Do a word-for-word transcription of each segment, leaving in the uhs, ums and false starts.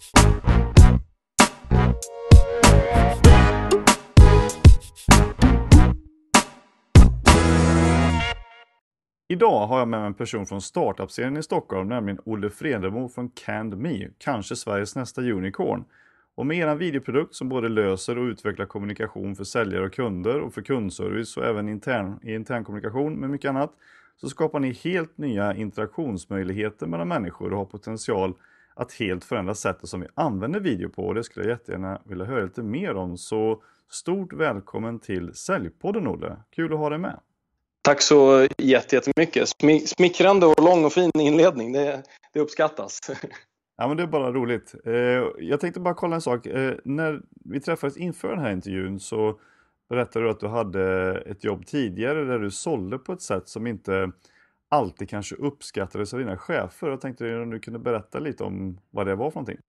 Idag har jag med mig en person från startup-serien i Stockholm, nämligen Olle Fredemo från Canned Me, kanske Sveriges nästa unicorn. Och med er videoprodukt som både löser och utvecklar kommunikation för säljare och kunder och för kundservice och även intern, i internkommunikation med mycket annat, så skapar ni helt nya interaktionsmöjligheter mellan människor och har potential att helt förändra sättet som vi använder video på. Och det skulle jag jättegärna vilja höra lite mer om. Så stort välkommen till Säljpodden, Olle. Kul att ha dig med. Tack så jättemycket. Smickrande och lång och fin inledning. Det, det uppskattas. Ja, men det är bara roligt. Jag tänkte bara kolla en sak. När vi träffades inför den här intervjun så berättade du att du hade ett jobb tidigare där du sålde på ett sätt som inte alltid kanske uppskattades av dina chefer. Jag tänkte om du kunde berätta lite om vad det var för någonting.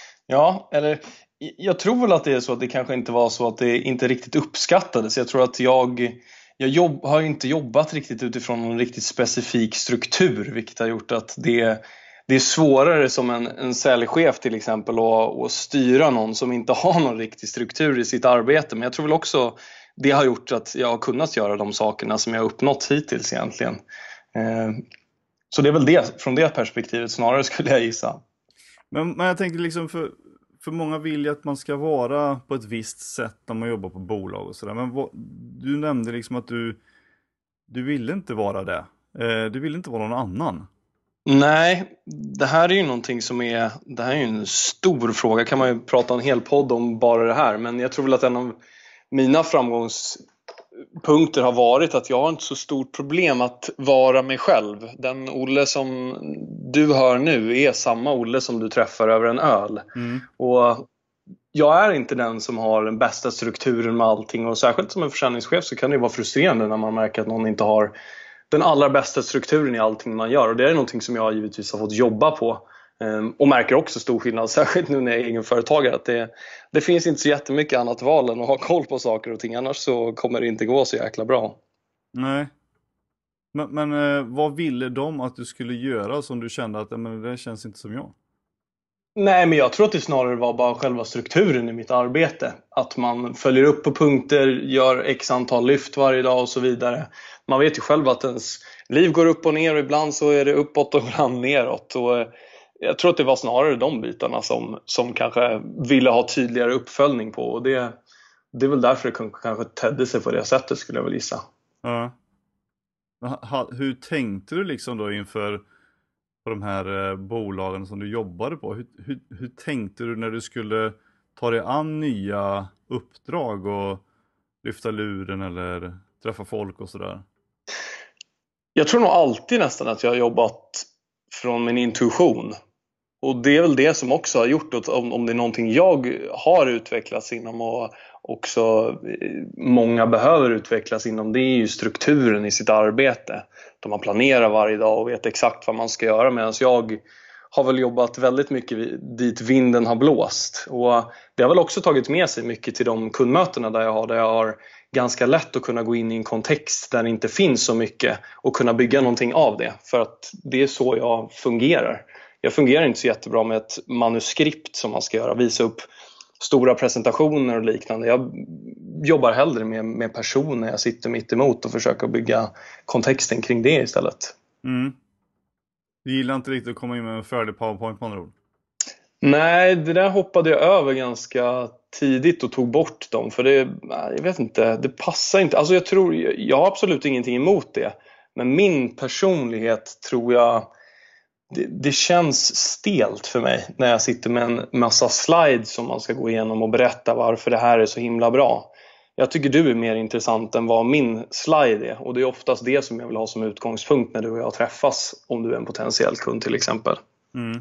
Ja, eller jag tror väl att det är så att det kanske inte var så att det inte riktigt uppskattades. Jag tror att jag... Jag jobb, har inte jobbat riktigt utifrån någon riktigt specifik struktur, vilket har gjort att det, det är svårare som en, en säljchef till exempel att, att styra någon som inte har någon riktig struktur i sitt arbete. Men jag tror väl också det har gjort att jag har kunnat göra de sakerna som jag har uppnått hittills egentligen. Eh, så det är väl det, från det perspektivet snarare skulle jag gissa. Men, men jag tänkte liksom för... För många vill ju att man ska vara på ett visst sätt när man jobbar på bolag och sådär. Men vad, du nämnde liksom att du, du ville inte vara det. Eh, du ville inte vara någon annan. Nej, det här är ju någonting som är, det här är ju en stor fråga. Kan man ju prata en hel podd om bara det här. Men jag tror väl att en av mina framgångspunkter har varit att jag har inte så stort problem att vara mig själv. Den Olle som du hör nu är samma Olle som du träffar över en öl. Mm. Och jag är inte den som har den bästa strukturen med allting. Och särskilt som en försäljningschef så kan det vara frustrerande när man märker att någon inte har den allra bästa strukturen i allting man gör. Och det är någonting som jag givetvis har fått jobba på. Och märker också stor skillnad, särskilt nu när jag är egenföretagare, att det, det finns inte så jättemycket annat val än att ha koll på saker och ting. Annars så kommer det inte gå så jäkla bra. Nej. Men, men eh, vad ville de att du skulle göra som du kände att men, det känns inte som jag? Nej, men jag tror att det snarare var bara själva strukturen i mitt arbete. Att man följer upp på punkter, gör x antal lyft varje dag och så vidare. Man vet ju själv att ens liv går upp och ner och ibland så är det uppåt och ibland neråt. Och jag tror att det var snarare de bitarna som, som kanske ville ha tydligare uppföljning på. Och det, det är väl därför det kanske tedde sig på det sättet, skulle jag väl gissa. Ja. Hur tänkte du liksom då inför på de här bolagen som du jobbade på? Hur, hur, hur tänkte du när du skulle ta dig an nya uppdrag och lyfta luren eller träffa folk och sådär? Jag tror nog alltid nästan att jag har jobbat från min intuition. Och det är väl det som också har gjort att om, om det är någonting jag har utvecklats inom och också många behöver utvecklas inom, det är ju strukturen i sitt arbete. Där man planerar varje dag och vet exakt vad man ska göra, medan jag har väl jobbat väldigt mycket dit vinden har blåst. Och det har väl också tagit med sig mycket till de kundmötena där jag har, där jag har ganska lätt att kunna gå in i en kontext där det inte finns så mycket och kunna bygga någonting av det. För att det är så jag fungerar. Jag fungerar inte så jättebra med ett manuskript som man ska göra, visa upp stora presentationer och liknande. Jag jobbar hellre med, med personer jag sitter mitt emot och försöker bygga kontexten kring det istället. Mm. Du gillar inte riktigt att komma in med en färdig PowerPoint på andra ord? Nej, det där hoppade jag över ganska tidigt och tog bort dem. För det, jag vet inte, det passar inte. Alltså jag tror, jag har absolut ingenting emot det. Men min personlighet tror jag, det, det känns stelt för mig när jag sitter med en massa slides som man ska gå igenom och berätta varför det här är så himla bra. Jag tycker du är mer intressant än vad min slide är. Och det är oftast det som jag vill ha som utgångspunkt när du och jag träffas, om du är en potentiell kund till exempel. Mm.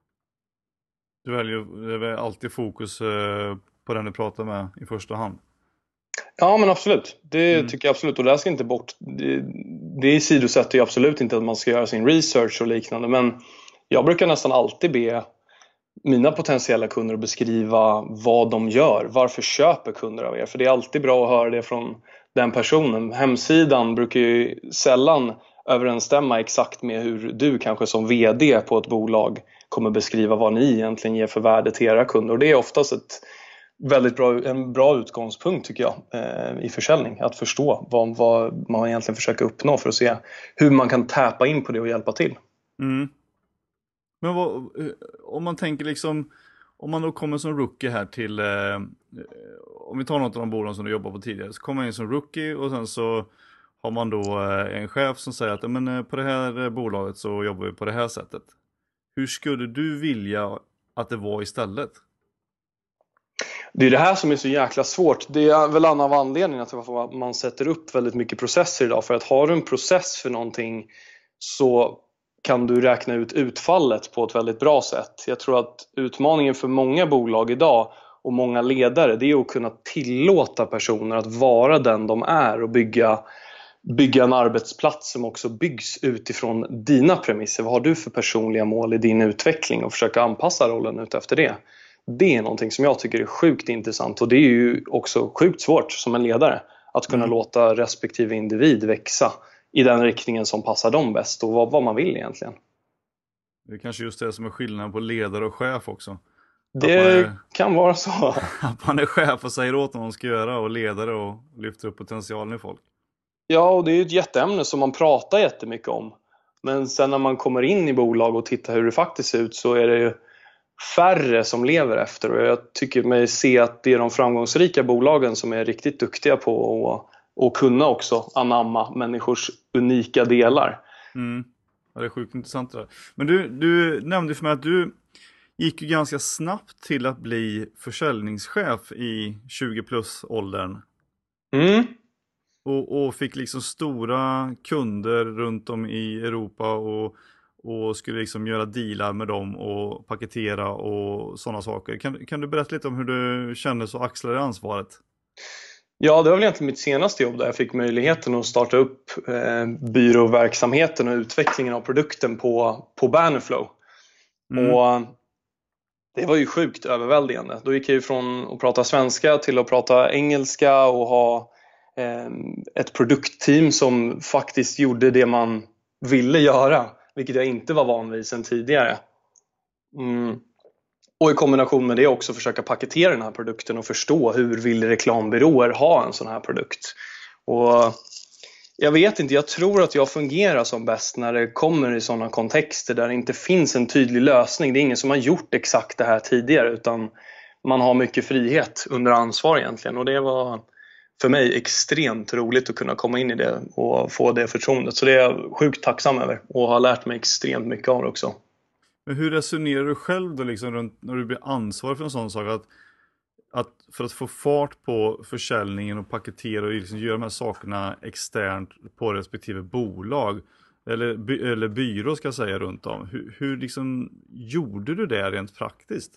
Du väljer, det är alltid fokus på den du pratar med i första hand. Ja, men absolut. Det mm. tycker jag absolut. Och det ska inte bort. Det, det sidosätter ju absolut inte att man ska göra sin research och liknande. Men jag brukar nästan alltid be mina potentiella kunder att beskriva vad de gör. Varför köper kunder av er? För det är alltid bra att höra det från den personen. Hemsidan brukar ju sällan överensstämma exakt med hur du kanske som vd på ett bolag kommer beskriva vad ni egentligen ger för värde till era kunder. Och det är oftast ett väldigt bra, en bra utgångspunkt tycker jag eh, i försäljning. Att förstå vad, vad man egentligen försöker uppnå för att se hur man kan täpa in på det och hjälpa till. Mm. Men vad, om man tänker liksom, om man då kommer som rookie här till, eh, om vi tar något av de bolagen som du jobbar på tidigare, så kommer man in som rookie och sen så har man då eh, en chef som säger att men, eh, på det här bolaget så jobbar vi på det här sättet. Hur skulle du vilja att det var istället? Det är det här som är så jäkla svårt. Det är väl en av anledningarna till varför man sätter upp väldigt mycket processer idag. För att har du en process för någonting så kan du räkna ut utfallet på ett väldigt bra sätt. Jag tror att utmaningen för många bolag idag och många ledare, det är att kunna tillåta personer att vara den de är och bygga, bygga en arbetsplats som också byggs utifrån dina premisser. Vad har du för personliga mål i din utveckling och försöka anpassa rollen ut efter det. Det är någonting som jag tycker är sjukt intressant och det är ju också sjukt svårt som en ledare att kunna mm. låta respektive individ växa i den riktningen som passar dem bäst och vad, vad man vill egentligen. Det är kanske just det som är skillnaden på ledare och chef också. Det är, kan vara så. Att man är chef och säger åt vad man ska göra och ledare och lyfter upp potentialen i folk. Ja, och det är ju ett jätteämne som man pratar jättemycket om. Men sen när man kommer in i bolag och tittar hur det faktiskt ser ut så är det ju färre som lever efter. Och jag tycker mig se att det är de framgångsrika bolagen som är riktigt duktiga på att och kunna också anamma människors unika delar. Mm. Ja, det är sjukt intressant det där. Men du, du nämnde för mig att du gick ju ganska snabbt till att bli försäljningschef i tjugo plus åldern. Mm. Och, och fick liksom stora kunder runt om i Europa och, och skulle liksom göra dealar med dem och paketera och sådana saker. Kan, kan du berätta lite om hur du kände så axlade ansvaret? Ja, det var väl egentligen mitt senaste jobb där jag fick möjligheten att starta upp eh, byråverksamheten och utvecklingen av produkten på, på Bannerflow. Mm. Och det var ju sjukt överväldigande. Då gick jag ju från att prata svenska till att prata engelska och ha eh, ett produktteam som faktiskt gjorde det man ville göra. Vilket jag inte var van vid sedan tidigare. Mm. Och i kombination med det också försöka paketera den här produkten och förstå hur vill reklambyråer ha en sån här produkt. Och jag vet inte, jag tror att jag fungerar som bäst när det kommer i sådana kontexter där det inte finns en tydlig lösning. Det är ingen som har gjort exakt det här tidigare utan man har mycket frihet under ansvar egentligen. Och det var för mig extremt roligt att kunna komma in i det och få det förtroendet. Så det är jag sjukt tacksam över och har lärt mig extremt mycket av det också. Men hur resonerar du själv då liksom runt, när du blir ansvarig för en sån sak att, att för att få fart på försäljningen och paketera och liksom göra de här sakerna externt på respektive bolag eller, by, eller byrå ska jag säga runt om. Hur, hur liksom gjorde du det rent praktiskt?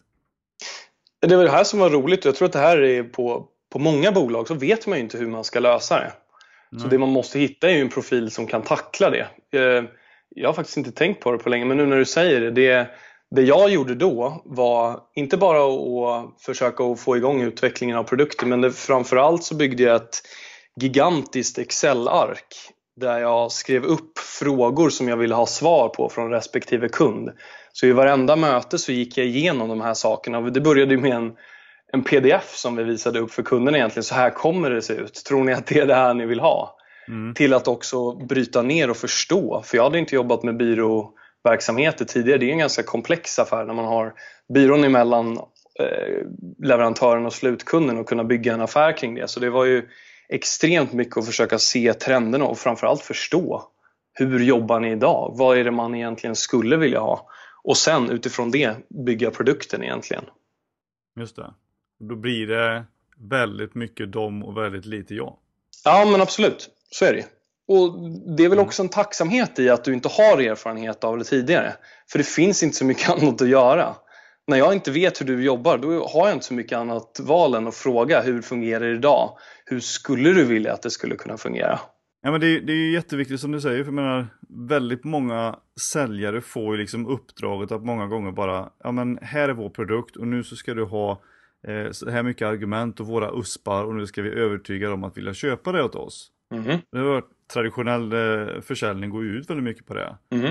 Det var det här som var roligt. Jag tror att det här är på, på många bolag så vet man ju inte hur man ska lösa det. Nej. Så det man måste hitta är ju en profil som kan tackla det. Jag har faktiskt inte tänkt på det på länge, men nu när du säger det, det, det jag gjorde då var inte bara att försöka att få igång utvecklingen av produkter, men det, framförallt så byggde jag ett gigantiskt Excel-ark där jag skrev upp frågor som jag ville ha svar på från respektive kund. Så i varenda möte så gick jag igenom de här sakerna. Det började med en, en pdf som vi visade upp för kunderna egentligen. Så här kommer det se ut. Tror ni att det är det här ni vill ha? Mm. Till att också bryta ner och förstå. För jag hade inte jobbat med byråverksamheter tidigare. Det är en ganska komplex affär när man har byrån emellan eh, leverantören och slutkunden och kunna bygga en affär kring det. Så det var ju extremt mycket att försöka se trenderna och framförallt förstå. Hur jobbar ni idag? Vad är det man egentligen skulle vilja ha? Och sen utifrån det bygga produkten egentligen. Just det. Då blir det väldigt mycket dom och väldigt lite jag. Ja, men absolut. Så är det. Och det är väl också en tacksamhet i att du inte har erfarenhet av det tidigare. För det finns inte så mycket annat att göra. När jag inte vet hur du jobbar, då har jag inte så mycket annat val än att fråga hur fungerar det idag? Hur skulle du vilja att det skulle kunna fungera? Ja, men det, det är ju jätteviktigt som du säger, för jag menar, väldigt många säljare får ju liksom uppdraget att många gånger bara, ja men här är vår produkt och nu så ska du ha eh, så här mycket argument och våra uspar och nu ska vi övertyga dem att vilja köpa det åt oss. Mm. Det har varit traditionell eh, försäljning går ut väldigt mycket på det. Mm.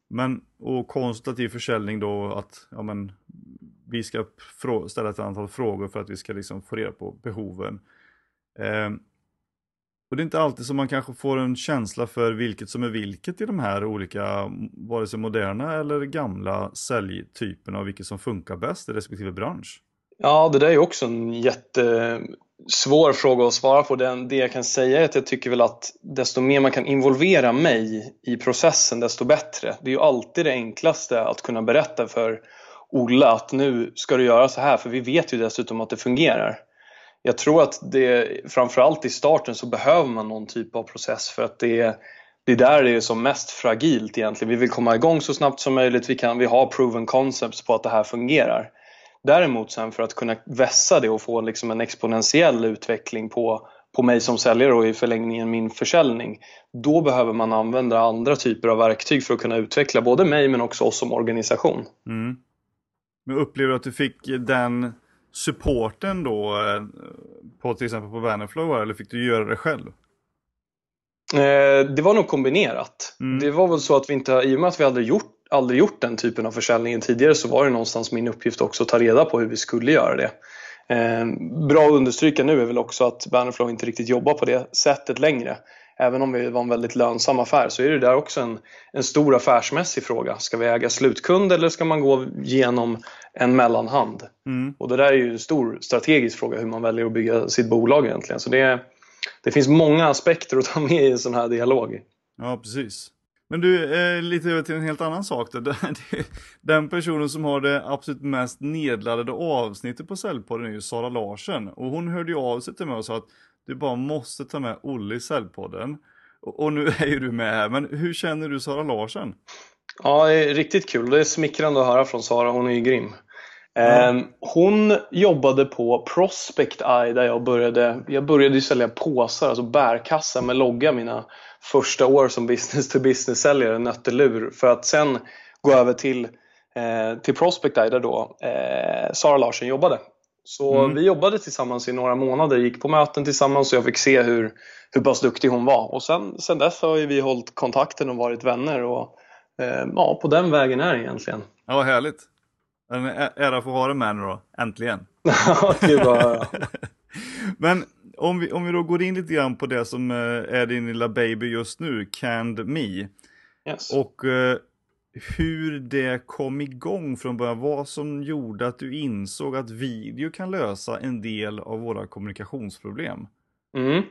Men, och konsultativ försäljning då att ja, men, vi ska frå- ställa ett antal frågor för att vi ska liksom få reda på behoven. Eh, och det är inte alltid som man kanske får en känsla för vilket som är vilket i de här olika, vare sig moderna eller gamla säljtyperna och vilket som funkar bäst i respektive bransch. Ja, det där är också en jättesvår fråga att svara på. Det, det jag kan säga är att jag tycker väl att desto mer man kan involvera mig i processen, desto bättre. Det är ju alltid det enklaste att kunna berätta för Olle att nu ska du göra så här, för vi vet ju dessutom att det fungerar. Jag tror att det, framförallt i starten så behöver man någon typ av process, för att det, det är där det är som mest fragilt egentligen. Vi vill komma igång så snabbt som möjligt, vi, kan, vi har proven concepts på att det här fungerar. Däremot sen för att kunna vässa det och få liksom en exponentiell utveckling på, på mig som säljare och i förlängningen min försäljning, då behöver man använda andra typer av verktyg för att kunna utveckla både mig men också oss som organisation. Mm. Men upplever du att du fick den supporten då på till exempel på Vannerflow, eller fick du göra det själv? Eh, det var nog kombinerat. Mm. Det var väl så att vi inte, i och med att vi aldrig gjort, aldrig gjort den typen av försäljning tidigare, så var det någonstans min uppgift också att ta reda på hur vi skulle göra det. Eh, bra att understryka nu är väl också att Vannerflow inte riktigt jobbar på det sättet längre. Även om vi var en väldigt lönsam affär, så är det där också en, en stor affärsmässig fråga. Ska vi äga slutkund eller ska man gå genom en mellanhand? Mm. Och det där är ju en stor strategisk fråga, hur man väljer att bygga sitt bolag egentligen. Så det, det finns många aspekter att ta med i en sån här dialog. Ja, precis. Men du, eh, lite över till en helt annan sak då. Den personen som har det absolut mest nedladdade avsnittet på Säljpodden är ju Sara Larsen. Och hon hörde ju av sig till mig och sa att du bara måste ta med Olle i Säljpodden. Och, och nu är ju du med här. Men hur känner du Sara Larsen? Ja, det är riktigt kul. Det är smickrande att höra från Sara. Hon är ju grym. Mm. Hon jobbade på Prospect Eye där jag började. Jag började sälja påsar, alltså bärkassar med logga mina första år som business to business säljare, nöttelur, för att sen gå över till, eh, till Prospect Eye där då eh, Sara Larsen jobbade. Så mm. vi jobbade tillsammans i några månader, gick på möten tillsammans och jag fick se hur, hur pass duktig hon var. Och sen, sen dess har vi hållit kontakten och varit vänner och eh, ja, på den vägen är det egentligen. Ja, härligt. En ära för att ha det med nu då, äntligen. Ja, det är bra. Men om vi, om vi då går in lite grann på det som är din lilla baby just nu, Canned Me. Yes. Och uh, hur det kom igång från början, vad som gjorde att du insåg att video kan lösa en del av våra kommunikationsproblem. Mm.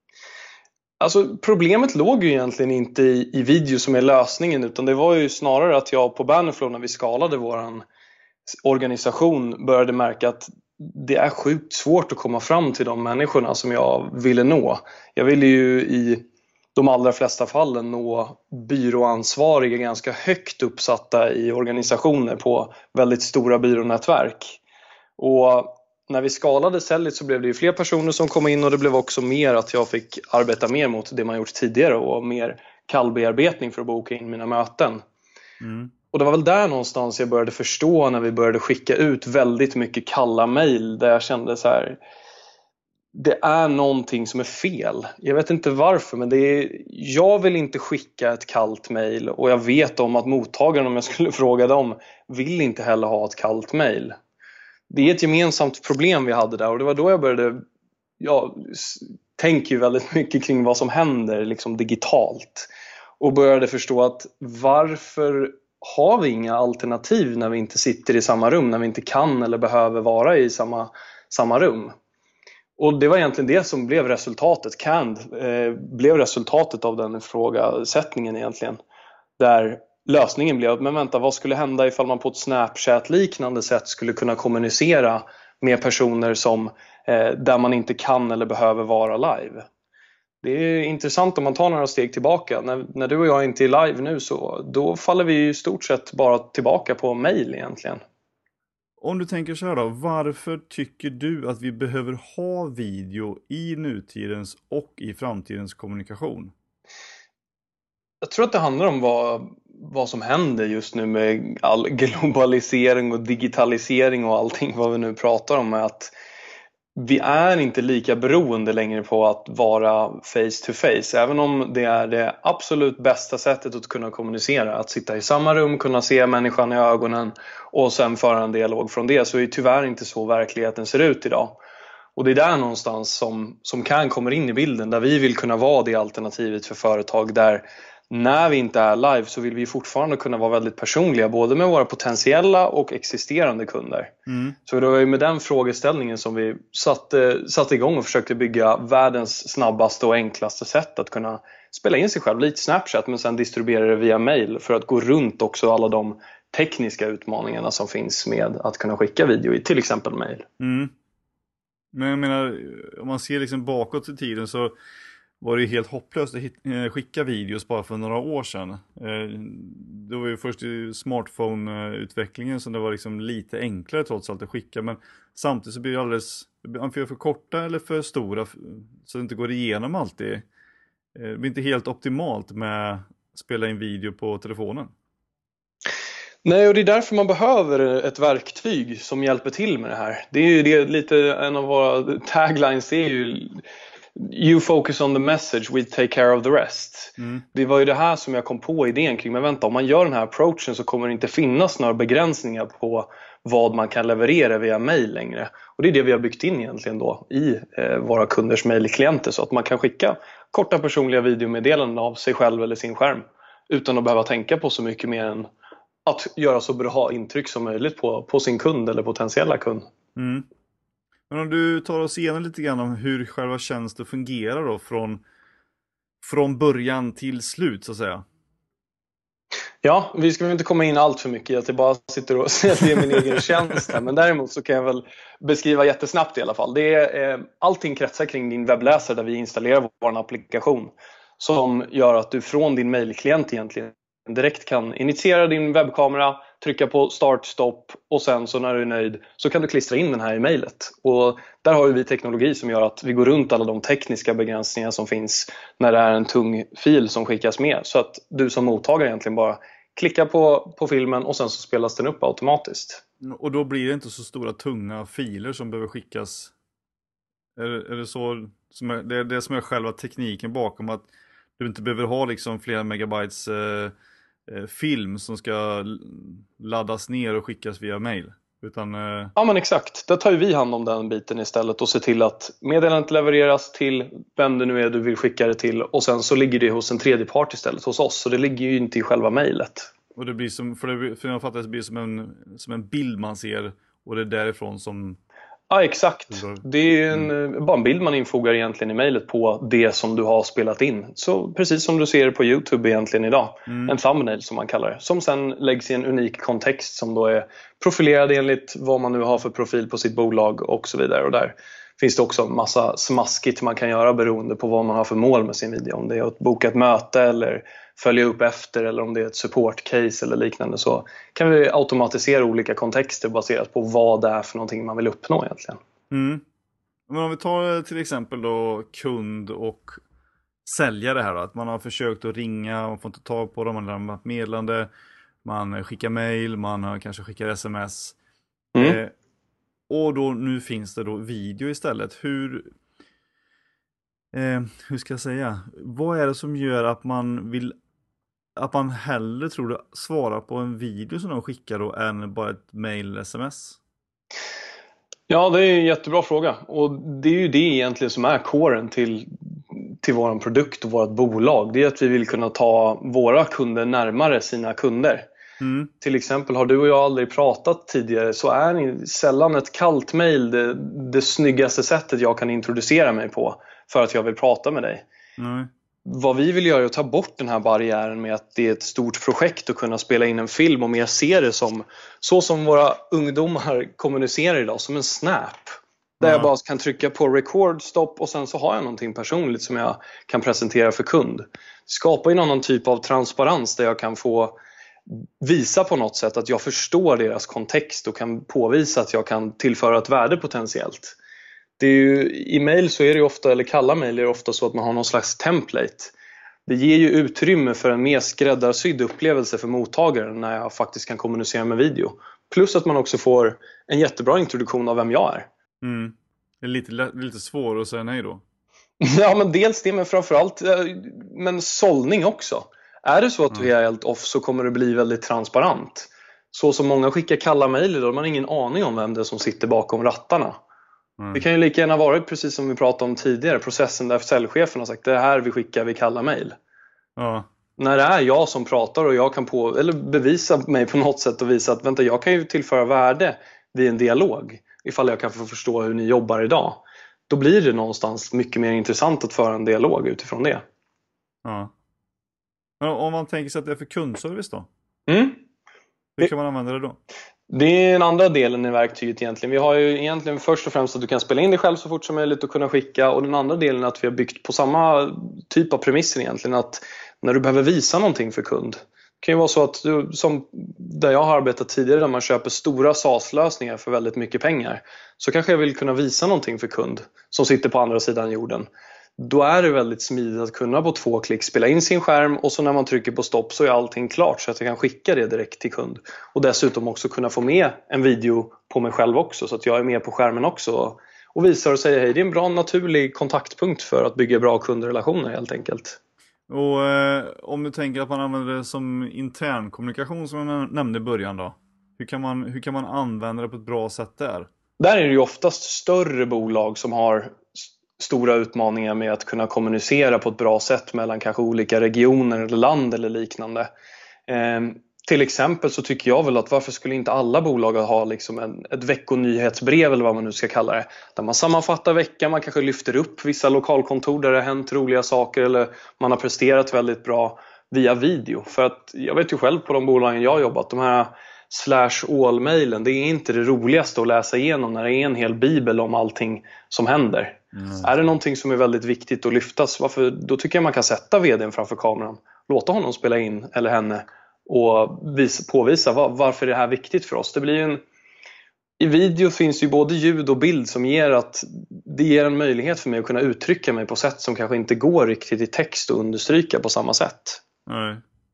Alltså problemet låg ju egentligen inte i, i video som är lösningen, utan det var ju snarare att jag på Vannerflow när vi skalade våran organisation började märka att det är sjukt svårt att komma fram till de människorna som jag ville nå. Jag ville ju i de allra flesta fallen nå byråansvariga ganska högt uppsatta i organisationer på väldigt stora byrånätverk. Och när vi skalade säljet så blev det ju fler personer som kom in och det blev också mer att jag fick arbeta mer mot det man gjort tidigare och mer kallbearbetning för att boka in mina möten. Mm. Och det var väl där någonstans jag började förstå när vi började skicka ut väldigt mycket kalla mejl där jag kände så här, det är någonting som är fel. Jag vet inte varför, men det är, jag vill inte skicka ett kallt mejl och jag vet om att mottagaren, om jag skulle fråga dem, vill inte heller ha ett kallt mejl. Det är ett gemensamt problem vi hade där och det var då jag började, jag tänker ju väldigt mycket kring vad som händer liksom digitalt och började förstå att varför har vi inga alternativ när vi inte sitter i samma rum, när vi inte kan eller behöver vara i samma, samma rum. Och det var egentligen det som blev resultatet. Canned eh, blev resultatet av den ifrågasättningen egentligen. Där lösningen blev, men vänta, vad skulle hända ifall man på ett Snapchat-liknande sätt skulle kunna kommunicera med personer som, eh, där man inte kan eller behöver vara live. Det är intressant om man tar några steg tillbaka. När, när du och jag inte är live nu så då faller vi i stort sett bara tillbaka på mejl egentligen. Om du tänker så här då, varför tycker du att vi behöver ha video i nutidens och i framtidens kommunikation? Jag tror att det handlar om vad, vad som händer just nu med all globalisering och digitalisering och allting vad vi nu pratar om. Är att vi är inte lika beroende längre på att vara face to face. Även om det är det absolut bästa sättet att kunna kommunicera. Att sitta i samma rum, kunna se människan i ögonen och sen föra en dialog från det. Så är det tyvärr inte så verkligheten ser ut idag. Och det är där någonstans som, som kan komma in i bilden. Där vi vill kunna vara det alternativet för företag. Där när vi inte är live så vill vi fortfarande kunna vara väldigt personliga. Både med våra potentiella och existerande kunder. Mm. Så det var ju med den frågeställningen som vi satte, satte igång och försökte bygga världens snabbaste och enklaste sätt att kunna spela in sig själv. Lite Snapchat men sen distribuera det via mail. För att gå runt också alla de tekniska utmaningarna som finns med att kunna skicka video i till exempel mail. Mm. Men jag menar, om man ser liksom bakåt i tiden så var det ju helt hopplöst att skicka videos bara för några år sedan. Det var ju först i smartphone-utvecklingen som det var liksom lite enklare trots allt att skicka. Men samtidigt så blir det alldeles, antingen för korta eller för stora så det inte går igenom alltid. Det blir inte helt optimalt med att spela in video på telefonen. Nej, och det är därför man behöver ett verktyg som hjälper till med det här. Det är ju det, lite en av våra taglines är ju You focus on the message, we take care of the rest. Mm. Det var ju det här som jag kom på idén kring. Men vänta, om man gör den här approachen så kommer det inte finnas några begränsningar på vad man kan leverera via mail längre. Och det är det vi har byggt in egentligen då i eh, våra kunders mailklienter. Så att man kan skicka korta personliga videomeddelanden av sig själv eller sin skärm. Utan att behöva tänka på så mycket mer än att göra så bra intryck som möjligt på, på sin kund eller potentiella kund. Mm. Men om du tar oss igenom lite grann om hur själva tjänsten fungerar då från, från början till slut så att säga. Ja, vi ska inte komma in allt för mycket i att jag bara sitter och säger min egen tjänst här. Men däremot så kan jag väl beskriva jättesnabbt i alla fall. Det är, eh, allting kretsar kring din webbläsare där vi installerar vår applikation. Som gör att du från din mailklient egentligen direkt kan initiera din webbkamera, trycka på start, stopp och sen så när du är nöjd så kan du klistra in den här i mejlet. Och där har vi teknologi som gör att vi går runt alla de tekniska begränsningar som finns när det är en tung fil som skickas med. Så att du som mottagare egentligen bara klickar på, på filmen och sen så spelas den upp automatiskt. Och då blir det inte så stora tunga filer som behöver skickas. Är, är det så som är, det är det som är själva tekniken bakom att du inte behöver ha liksom flera megabytes eh, film som ska laddas ner och skickas via mail. Utan, eh... Ja men exakt, där tar ju vi hand om den biten istället och ser till att meddelandet levereras till vem det nu är du vill skicka det till och sen så ligger det hos en tredje part istället hos oss så det ligger ju inte i själva mailet. Och det blir som, för, det, för jag fattar att det blir som en, som en bild man ser och det är därifrån som... Ja exakt, det är en, mm. bara en bild man infogar egentligen i mejlet på det som du har spelat in. Så precis som du ser på YouTube egentligen idag, mm. en thumbnail som man kallar det. Som sen läggs i en unik kontext som då är profilerad enligt vad man nu har för profil på sitt bolag och så vidare. Och där finns det också en massa smaskigt man kan göra beroende på vad man har för mål med sin video. Om det är att boka ett möte eller följa upp efter eller om det är ett support case eller liknande så kan vi automatisera olika kontexter baserat på vad det är för någonting man vill uppnå egentligen. Mm. Men om vi tar till exempel då kund och säljare här då, att man har försökt att ringa och får inte tag på dem, man lämnar meddelande, man skickar mail, man kanske skickar sms. Mm. Eh, och då nu finns det då video istället. Hur eh, hur ska jag säga? Vad är det som gör att man vill att man hellre tror du svarar på en video som de skickar då än bara ett mail eller sms? Ja, det är en jättebra fråga. Och det är ju det egentligen som är coren till, till vår produkt och vårt bolag. Det är att vi vill kunna ta våra kunder närmare sina kunder. Mm. Till exempel har du och jag aldrig pratat tidigare så är sällan ett kallt mail det, det snyggaste sättet jag kan introducera mig på för att jag vill prata med dig. Mm. Vad vi vill göra är att ta bort den här barriären med att det är ett stort projekt att kunna spela in en film och mer se det som så som våra ungdomar kommunicerar idag, som en snap. Där ja. jag bara kan trycka på record, stopp och sen så har jag någonting personligt som jag kan presentera för kund. Skapa en annan typ av transparens där jag kan få visa på något sätt att jag förstår deras kontext och kan påvisa att jag kan tillföra ett värde potentiellt. Det är ju, i mail så är det ju ofta, eller kalla mail är det ofta så att man har någon slags template. Det ger ju utrymme för en mer skräddarsydd upplevelse för mottagaren när jag faktiskt kan kommunicera med video. Plus att man också får en jättebra introduktion av vem jag är. Mm. Det är lite, lite svårare att säga nej då. Ja, men dels det, men framförallt men sållning också. Är det så att du är helt off så kommer det bli väldigt transparent. Så som många skickar kalla mejl, då har man ingen aning om vem det är som sitter bakom rattarna. Mm. Det kan ju lika gärna vara precis som vi pratade om tidigare, processen där säljchefen har sagt det är här vi skickar vi kalla mejl. Ja. När det är jag som pratar och jag kan på, eller bevisa mig på något sätt och visa att vänta, jag kan ju tillföra värde vid en dialog ifall jag kan få förstå hur ni jobbar idag. Då blir det någonstans mycket mer intressant att föra en dialog utifrån det. Ja. Men om man tänker sig att det är för kundservice då? Mm. Hur kan man använda det då? Det är den andra delen i verktyget egentligen. Vi har ju egentligen först och främst att du kan spela in dig själv så fort som möjligt och kunna skicka. Och den andra delen är att vi har byggt på samma typ av premisser egentligen. Att när du behöver visa någonting för kund. Det kan ju vara så att du, som där jag har arbetat tidigare, där man köper stora SaaS-lösningar för väldigt mycket pengar. Så kanske jag vill kunna visa någonting för kund som sitter på andra sidan jorden. Då är det väldigt smidigt att kunna på två klick spela in sin skärm och så när man trycker på stopp så är allting klart så att jag kan skicka det direkt till kund. Och dessutom också kunna få med en video på mig själv också så att jag är med på skärmen också och visar och säger hej. Det är en bra naturlig kontaktpunkt för att bygga bra kundrelationer helt enkelt. Och eh, om du tänker att man använder det som intern kommunikation som jag nämnde i början då. Hur kan man, hur kan man använda det på ett bra sätt där? Där är det ju oftast större bolag som har stora utmaningar med att kunna kommunicera på ett bra sätt mellan kanske olika regioner eller land eller liknande. Eh, till exempel så tycker jag väl att varför skulle inte alla bolag ha liksom en, ett veckonyhetsbrev eller vad man nu ska kalla det. Där man sammanfattar veckan, man kanske lyfter upp vissa lokalkontor där det har hänt roliga saker eller man har presterat väldigt bra via video. För att jag vet ju själv på de bolagen jag har jobbat, de här slash all-mailen, det är inte det roligaste att läsa igenom när det är en hel bibel om allting som händer. Mm. Är det någonting som är väldigt viktigt att lyftas, varför, då tycker jag man kan sätta vdn framför kameran, låta honom spela in eller henne och visa, påvisa var, varför är det här viktigt för oss. Det blir en, i video finns ju både ljud och bild som ger att det ger en möjlighet för mig att kunna uttrycka mig på sätt som kanske inte går riktigt i text och understryka på samma sätt. Nej.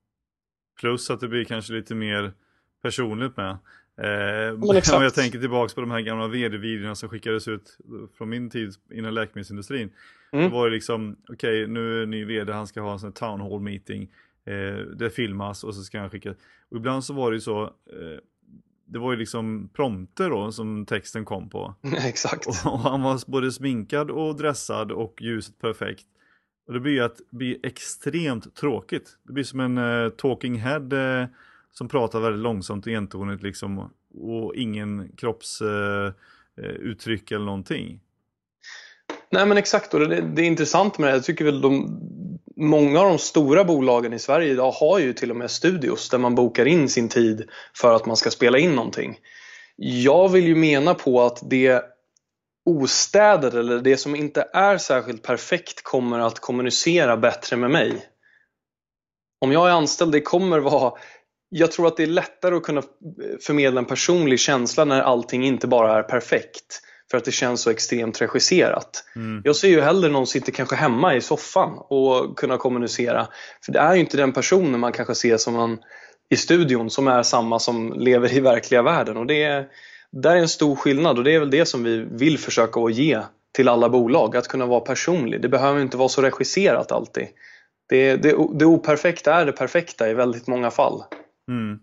Plus att det blir kanske lite mer personligt med. Eh, om jag tänker tillbaka på de här gamla V D-videorna som skickades ut från min tid inom läkemedelsindustrin. Mm. Det var ju liksom, okej, okay, nu är ny V D, han ska ha en sån här town hall meeting. Eh, det filmas och så ska han skicka. Och ibland så var det ju så, eh, det var ju liksom prompter då som texten kom på. Exakt. Och, och han var både sminkad och dressad och ljuset perfekt. Och det blir ju att det blir extremt tråkigt. Det blir som en eh, talking head eh, som pratar väldigt långsamt och entonigt liksom, och ingen kroppsuttryck eh, eller någonting. Nej men exakt, och det, det är intressant med det. Jag tycker väl de, många av de stora bolagen i Sverige idag har ju till och med studios där man bokar in sin tid för att man ska spela in någonting. Jag vill ju mena på att det ostädade eller det som inte är särskilt perfekt kommer att kommunicera bättre med mig. Om jag är anställd, det kommer vara... Jag tror att det är lättare att kunna förmedla en personlig känsla när allting inte bara är perfekt. För att det känns så extremt regisserat. Mm. Jag ser ju hellre någon sitter kanske hemma i soffan och kunna kommunicera. För det är ju inte den personen man kanske ser som man i studion som är samma som lever i verkliga världen. Och det är, det är en stor skillnad och det är väl det som vi vill försöka att ge till alla bolag. Att kunna vara personlig. Det behöver inte vara så regisserat alltid. Det, det, det operfekta är det perfekta i väldigt många fall. Mm.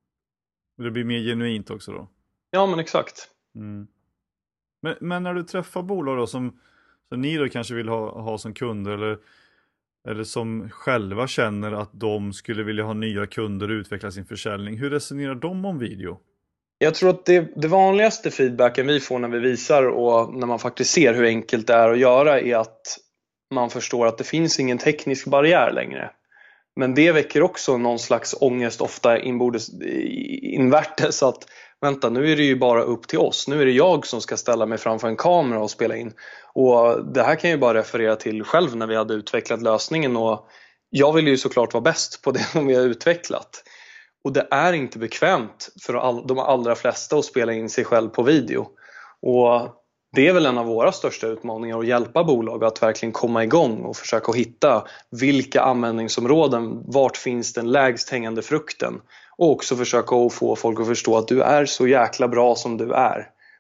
Det blir mer genuint också då. Ja men exakt. Mm. Men, men när du träffar bolag då som, som ni då kanske vill ha, ha som kunder eller, eller som själva känner att de skulle vilja ha nya kunder och utveckla sin försäljning. Hur resonerar de om video? Jag tror att det, det vanligaste feedbacken vi får när vi visar och när man faktiskt ser hur enkelt det är att göra är att man förstår att det finns ingen teknisk barriär längre. Men det väcker också någon slags ångest ofta inbordes invärtes att vänta, nu är det ju bara upp till oss. Nu är det jag som ska ställa mig framför en kamera och spela in. Och det här kan jag ju bara referera till själv när vi hade utvecklat lösningen. Och jag vill ju såklart vara bäst på det som vi har utvecklat. Och det är inte bekvämt för all, de allra flesta att spela in sig själv på video. Och det är väl en av våra största utmaningar att hjälpa bolag att verkligen komma igång och försöka hitta vilka användningsområden, vart finns den lägst hängande frukten. Och också försöka att få folk att förstå att du är så jäkla bra som du är.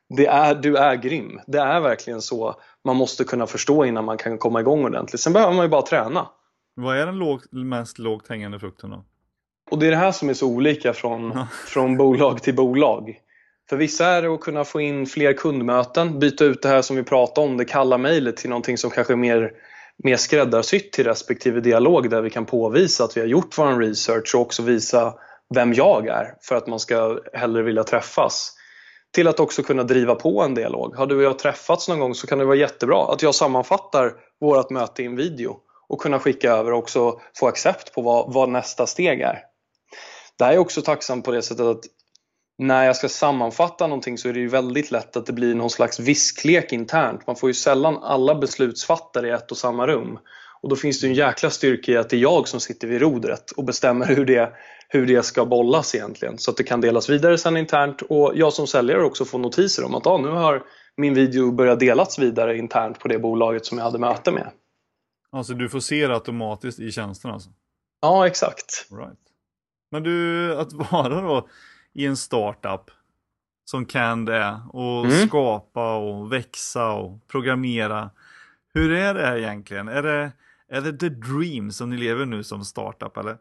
det är, du är grym. Det är verkligen så man måste kunna förstå innan man kan komma igång ordentligt. Sen behöver man ju bara träna. Vad är den låg, mest lågt hängande frukten då? Och det är det här som är så olika från, Ja. från bolag till bolag. För vissa är det att kunna få in fler kundmöten, byta ut det här som vi pratade om, det kalla mejlet, till någonting som kanske är mer, mer skräddarsytt till respektive dialog, där vi kan påvisa att vi har gjort vår research och också visa vem jag är för att man ska hellre vilja träffas. Till att också kunna driva på en dialog. Har du och jag träffats någon gång så kan det vara jättebra att jag sammanfattar vårt möte i en video och kunna skicka över och också få accept på vad, vad nästa steg är. Det här är också tacksamt på det sättet att när jag ska sammanfatta någonting så är det ju väldigt lätt att det blir någon slags visklek internt. Man får ju sällan alla beslutsfattare i ett och samma rum. Och då finns det ju en jäkla styrka i att det är jag som sitter vid rodret och bestämmer hur det, hur det ska bollas egentligen. Så att det kan delas vidare sen internt, och jag som säljare också får notiser om att ah, nu har min video börjat delas vidare internt på det bolaget som jag hade möte med. Alltså du får se det automatiskt i tjänsten alltså? Ja, exakt. Right. Men du, att vara då i en startup som Cand är och mm. skapa och växa och programmera. Hur är det här egentligen? Är det, är det the dream som ni lever nu som startup eller?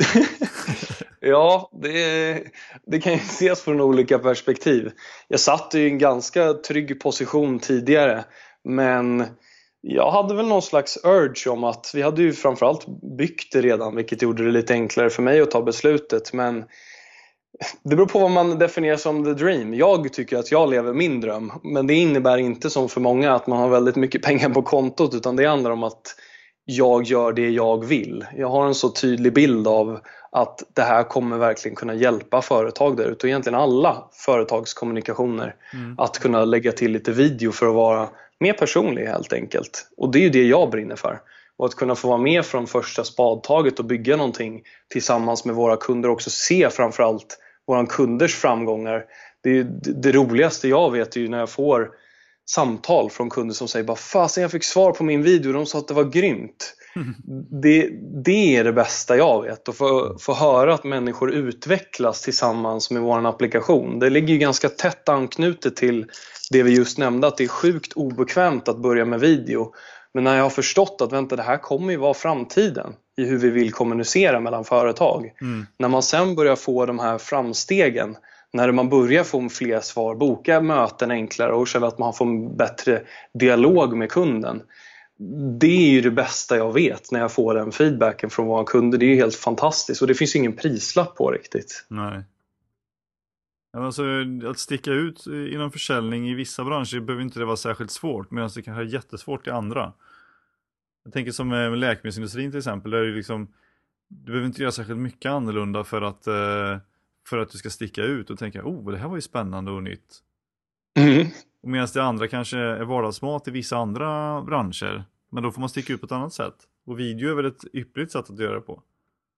Ja, det, det kan ju ses från olika perspektiv. Jag satt i en ganska trygg position tidigare, men jag hade väl någon slags urge om att vi hade ju framförallt byggt det redan, vilket gjorde det lite enklare för mig att ta beslutet. Men det beror på vad man definierar som the dream. Jag tycker att jag lever min dröm, men det innebär inte som för många att man har väldigt mycket pengar på kontot, utan det handlar om att jag gör det jag vill. Jag har en så tydlig bild av att det här kommer verkligen kunna hjälpa företag där ute, och egentligen alla företagskommunikationer, mm. att kunna lägga till lite video för att vara mer personlig helt enkelt. Och det är ju det jag brinner för. Och att kunna få vara med från första spadtaget och bygga någonting tillsammans med våra kunder, och också se framförallt våra kunders framgångar. Det, är, det, det roligaste jag vet är ju när jag får samtal från kunder som säger bara fasen, jag fick svar på min video, de sa att det var grymt. Mm. Det, det är det bästa jag vet, att få, få höra att människor utvecklas tillsammans med vår applikation. Det ligger ju ganska tätt anknutet till det vi just nämnde, att det är sjukt obekvämt att börja med video. Men när jag har förstått att vänta, det här kommer ju vara framtiden i hur vi vill kommunicera mellan företag. Mm. När man sen börjar få de här framstegen, när man börjar få fler svar, boka möten enklare och känna att man får en bättre dialog med kunden. Det är ju det bästa jag vet när jag får den feedbacken från våra kunder. Det är ju helt fantastiskt, och det finns ingen prislapp på riktigt. Nej. Alltså, att sticka ut inom försäljning i vissa branscher behöver inte det vara särskilt svårt, medan det kanske är jättesvårt i andra. Jag tänker som med läkemedelsindustrin till exempel, där är det liksom, du behöver inte göra särskilt mycket annorlunda för att, för att du ska sticka ut och tänka, oh, det här var ju spännande och nytt. Mm. Och medan det andra kanske är vardagsmat i vissa andra branscher, men då får man sticka ut på ett annat sätt. Och video är väl ett ypperligt sätt att göra det på.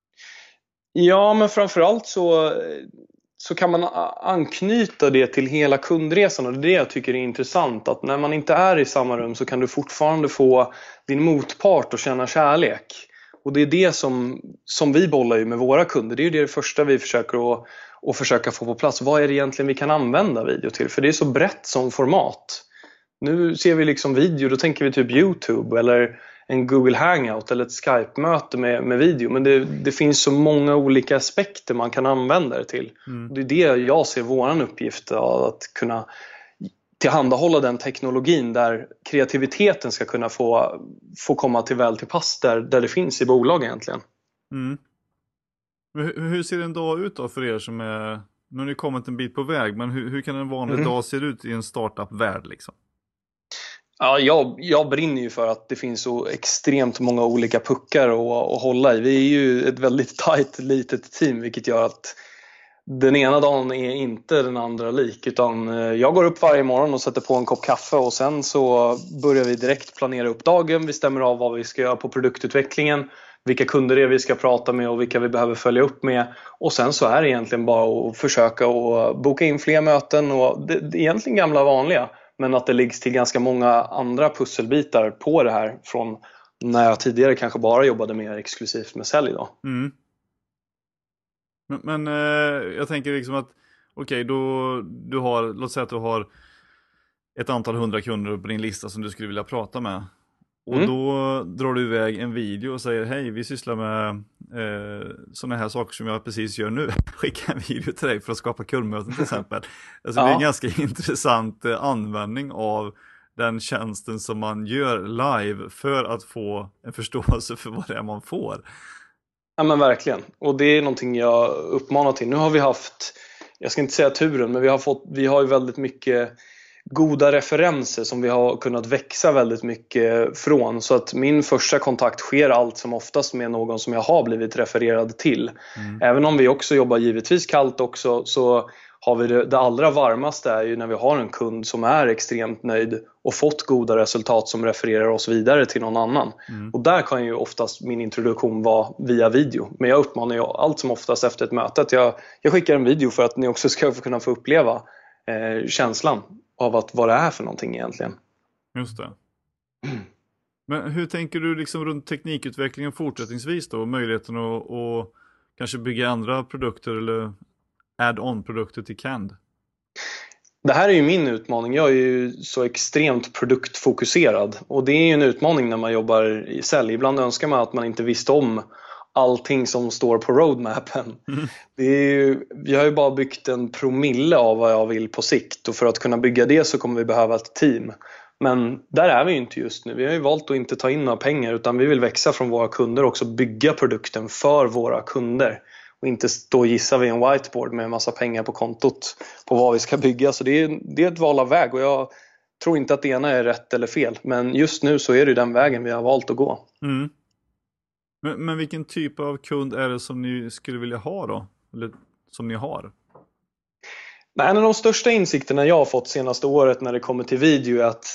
Ja, men framförallt så... så kan man anknyta det till hela kundresan, och det är det jag tycker är intressant, att när man inte är i samma rum så kan du fortfarande få din motpart att känna kärlek. Och det är det som, som vi bollar ju med våra kunder. Det är ju det första vi försöker att, att försöka få på plats. Vad är det egentligen vi kan använda video till? För det är så brett som format. Nu ser vi liksom video, då tänker vi typ YouTube eller en Google Hangout eller ett Skype-möte med, med video. Men det, det finns så många olika aspekter man kan använda det till. Mm. Det är det jag ser våran uppgift, att kunna tillhandahålla den teknologin där kreativiteten ska kunna få, få komma till väl till pass där, där det finns i bolag egentligen. Mm. Hur, hur ser en dag ut då för er som är, nu har ni kommit en bit på väg, men hur, hur kan en vanlig mm. dag se ut i en startup-värld liksom? Ja, jag, jag brinner ju för att det finns så extremt många olika puckar att, att hålla i. Vi är ju ett väldigt tajt litet team, vilket gör att den ena dagen är inte den andra lik. Utan jag går upp varje morgon och sätter på en kopp kaffe, och sen så börjar vi direkt planera upp dagen. Vi stämmer av vad vi ska göra på produktutvecklingen, vilka kunder det är vi ska prata med och vilka vi behöver följa upp med. Och sen så är det egentligen bara att försöka att boka in fler möten, och det, det är egentligen gamla vanliga. Men att det läggs till ganska många andra pusselbitar på det här från när jag tidigare kanske bara jobbade mer exklusivt med sälj då. Mm. Men, men eh, jag tänker liksom att okej, okay, då du har, låt säga att du har ett antal hundra kunder på din lista som du skulle vilja prata med. Och Mm. då drar du iväg en video och säger hej, vi sysslar med eh, sådana här saker som jag precis gör nu. Skicka en video till dig för att skapa kundmöten till exempel. Alltså ja. Det är en ganska intressant eh, användning av den tjänsten som man gör live för att få en förståelse för vad det är man får. Ja men verkligen. Och det är någonting jag uppmanar till. Nu har vi haft, jag ska inte säga turen, men vi har fått, vi har ju väldigt mycket goda referenser som vi har kunnat växa väldigt mycket från. Så att min första kontakt sker allt som oftast med någon som jag har blivit refererad till. Mm. Även om vi också jobbar givetvis kallt också, så har vi det, det allra varmaste är ju när vi har en kund som är extremt nöjd och fått goda resultat som refererar oss vidare till någon annan. Mm. Och där kan ju oftast min introduktion vara via video. Men jag uppmanar ju allt som oftast efter ett möte att jag, jag skickar en video för att ni också ska kunna få uppleva eh, känslan av att vad det är för någonting egentligen. Just det. Mm. Men hur tänker du liksom runt teknikutvecklingen fortsättningsvis då? Möjligheten att, att kanske bygga andra produkter eller add-on-produkter till Cand? Det här är ju min utmaning. Jag är ju så extremt produktfokuserad. Och det är ju en utmaning när man jobbar i sälj. Ibland önskar man att man inte visste om allting som står på roadmappen. Mm. Det är ju, vi har ju bara byggt en promille av vad jag vill på sikt. Och för att kunna bygga det så kommer vi behöva ett team. Men där är vi ju inte just nu. Vi har ju valt att inte ta in några pengar, utan vi vill växa från våra kunder och också bygga produkten för våra kunder. Och inte stå och gissa vid en whiteboard med en massa pengar på kontot på vad vi ska bygga. Så det är, det är ett val av väg, och jag tror inte att det ena är rätt eller fel. Men just nu så är det den vägen vi har valt att gå. Mm. Men, men vilken typ av kund är det som ni skulle vilja ha då? Eller som ni har? Nej, en av de största insikterna jag har fått senaste året när det kommer till video är att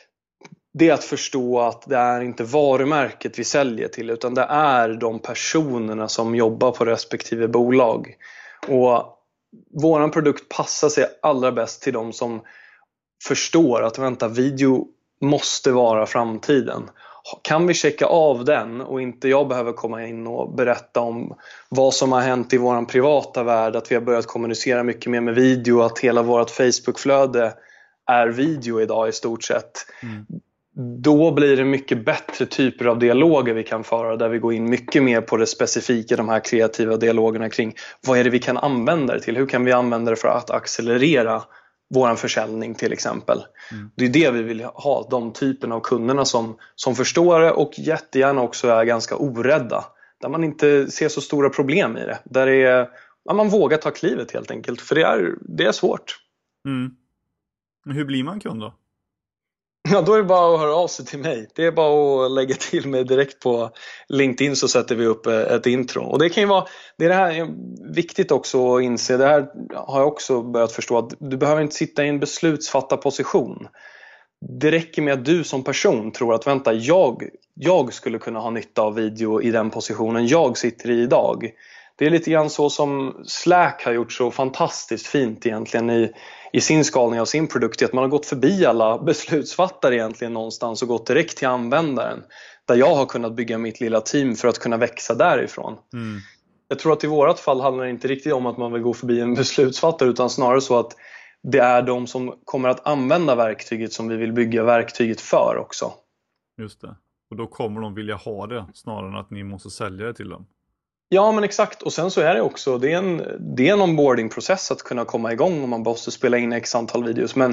det är att förstå att det är inte varumärket vi säljer till, utan det är de personerna som jobbar på respektive bolag. Och våran produkt passar sig allra bäst till de som förstår att vänta, video måste vara framtiden. Kan vi checka av den och inte jag behöver komma in och berätta om vad som har hänt i våran privata värld, att vi har börjat kommunicera mycket mer med video, att hela vårt Facebook-flöde är video idag i stort sett. Mm. Då blir det mycket bättre typer av dialoger vi kan föra, där vi går in mycket mer på det specifika, de här kreativa dialogerna kring vad är det vi kan använda det till, hur kan vi använda det för att accelerera våran försäljning till exempel. Mm. Det är det vi vill ha, de typen av kunderna som, som förstår det och jättegärna också är ganska orädda, där man inte ser så stora problem i det, där det är, ja, man vågar ta klivet helt enkelt, för det är, det är svårt. Mm. Hur blir man kund då? Ja, då är det bara att höra av sig till mig. Det är bara att lägga till mig direkt på LinkedIn, så sätter vi upp ett intro. Och det kan ju vara, det är det här viktigt också att inse. Det här har jag också börjat förstå, att du behöver inte sitta i en beslutsfattarposition. Det räcker med att du som person tror att vänta, jag, jag skulle kunna ha nytta av video i den positionen jag sitter i idag. Det är lite grann så som Slack har gjort så fantastiskt fint egentligen i, i sin skalning av sin produkt. Att man har gått förbi alla beslutsfattare egentligen någonstans och gått direkt till användaren. Där jag har kunnat bygga mitt lilla team för att kunna växa därifrån. Mm. Jag tror att i vårat fall handlar det inte riktigt om att man vill gå förbi en beslutsfattare, utan snarare så att det är de som kommer att använda verktyget som vi vill bygga verktyget för också. Just det. Och då kommer de vilja ha det snarare än att ni måste sälja det till dem. Ja, men exakt. Och sen så är det också, det är en, det är en onboarding-process att kunna komma igång om man måste spela in x antal videos. Men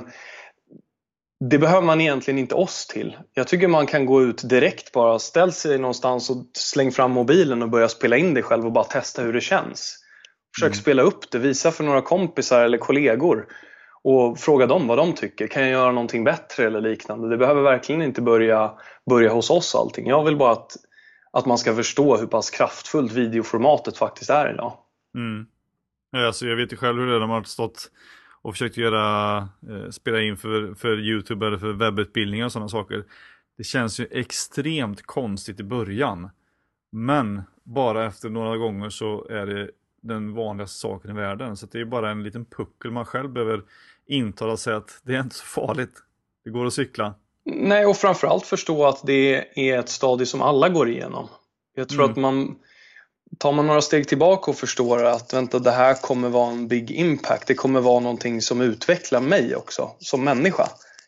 det behöver man egentligen inte oss till. Jag tycker man kan gå ut direkt, bara ställ sig någonstans och släng fram mobilen och börja spela in det själv och bara testa hur det känns. Försök mm. spela upp det, visa för några kompisar eller kollegor och fråga dem vad de tycker. Kan jag göra någonting bättre eller liknande? Det behöver verkligen inte börja, börja hos oss allting. Jag vill bara att Att man ska förstå hur pass kraftfullt videoformatet faktiskt är idag. Mm. Ja, alltså jag vet ju själv hur det är när man har stått och försökt göra, eh, spela in för, för YouTube eller för webbutbildningar och sådana saker. Det känns ju extremt konstigt i början. Men bara efter några gånger så är det den vanligaste saken i världen. Så det är bara en liten puckel man själv behöver intala sig att det är inte så farligt. Det går att cykla. Nej, och framförallt förstå att det är ett stadie som alla går igenom. Jag tror mm. att man tar man några steg tillbaka och förstår att vänta, det här kommer vara en big impact. Det kommer vara någonting som utvecklar mig också som människa.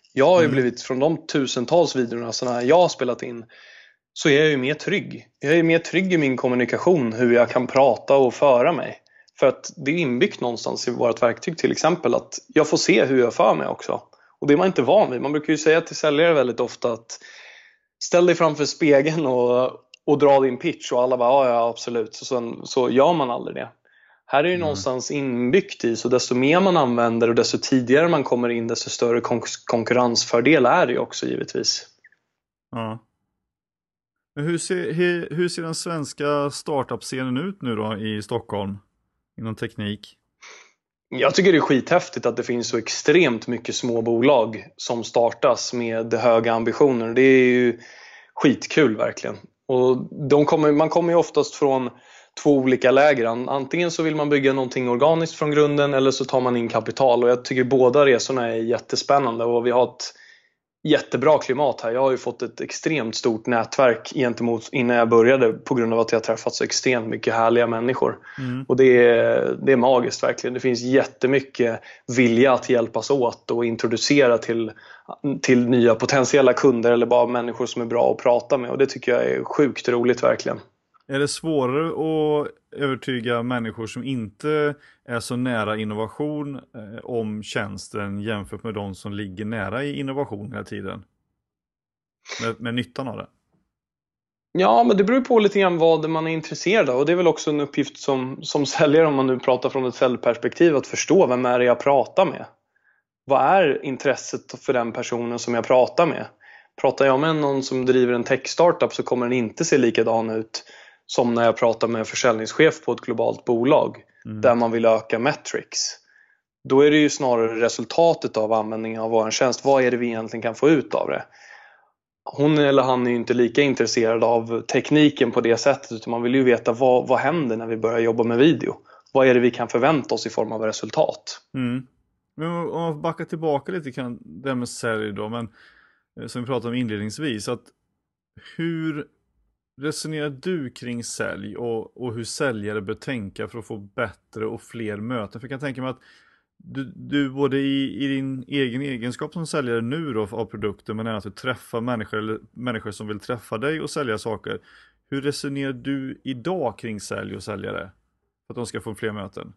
Jag har ju Mm. blivit, från de tusentals videorna såna jag har spelat in, så är jag ju mer trygg. Jag är mer trygg i min kommunikation, hur jag kan prata och föra mig. För att det är inbyggt någonstans i vårt verktyg till exempel att jag får se hur jag för mig också. Och det är man inte van vid. Man brukar ju säga till säljare väldigt ofta att ställ dig framför spegeln och, och dra din pitch och alla bara ja, ja absolut. Så, sen, så gör man aldrig det. Här är det ju Mm. någonstans inbyggt i, så desto mer man använder och desto tidigare man kommer in, desto större kon- konkurrensfördel är det ju också givetvis. Ja. Men hur ser, hur, hur ser den svenska startup-scenen ut nu då i Stockholm inom teknik? Jag tycker det är skithäftigt att det finns så extremt mycket små bolag som startas med höga ambitioner. Det är ju skitkul verkligen. Och de kommer, man kommer ju oftast från två olika läger. Antingen så vill man bygga någonting organiskt från grunden eller så tar man in kapital. Och jag tycker båda resorna är jättespännande och vi har ett jättebra klimat här. Jag har ju fått ett extremt stort nätverk gentemot innan jag började på grund av att jag träffat så extremt mycket härliga människor. Mm. Och det är, det är magiskt verkligen. Det finns jättemycket vilja att hjälpas åt och introducera till, till nya potentiella kunder eller bara människor som är bra att prata med. Och det tycker jag är sjukt roligt verkligen. Är det svårare att övertyga människor som inte är så nära innovation eh, om tjänsten jämfört med de som ligger nära i innovation hela tiden? Med, med nyttan av det? Ja, men det beror på lite grann vad man är intresserad av. Och det är väl också en uppgift som, som säljare, om man nu pratar från ett säljperspektiv, att förstå vem är det jag pratar med. Vad är intresset för den personen som jag pratar med? Pratar jag med någon som driver en tech-startup så kommer den inte se likadan ut som när jag pratar med en försäljningschef på ett globalt bolag mm. där man vill öka metrics. Då är det ju snarare resultatet av användningen av vår tjänst. Vad är det vi egentligen kan få ut av det? Hon eller han är ju inte lika intresserad av tekniken på det sättet, utan man vill ju veta vad, vad händer när vi börjar jobba med video. Vad är det vi kan förvänta oss i form av resultat? Mm. Men om man backar tillbaka lite kan det med sälj då, men som vi pratade om inledningsvis, att hur resonerar du kring sälj och, och hur säljare bör tänka för att få bättre och fler möten? För jag kan tänka mig att du, du både i, i din egen egenskap som säljare nu då av produkter, men även att du träffar människor eller människor som vill träffa dig och sälja saker. Hur resonerar du idag kring sälj och säljare för att de ska få fler möten?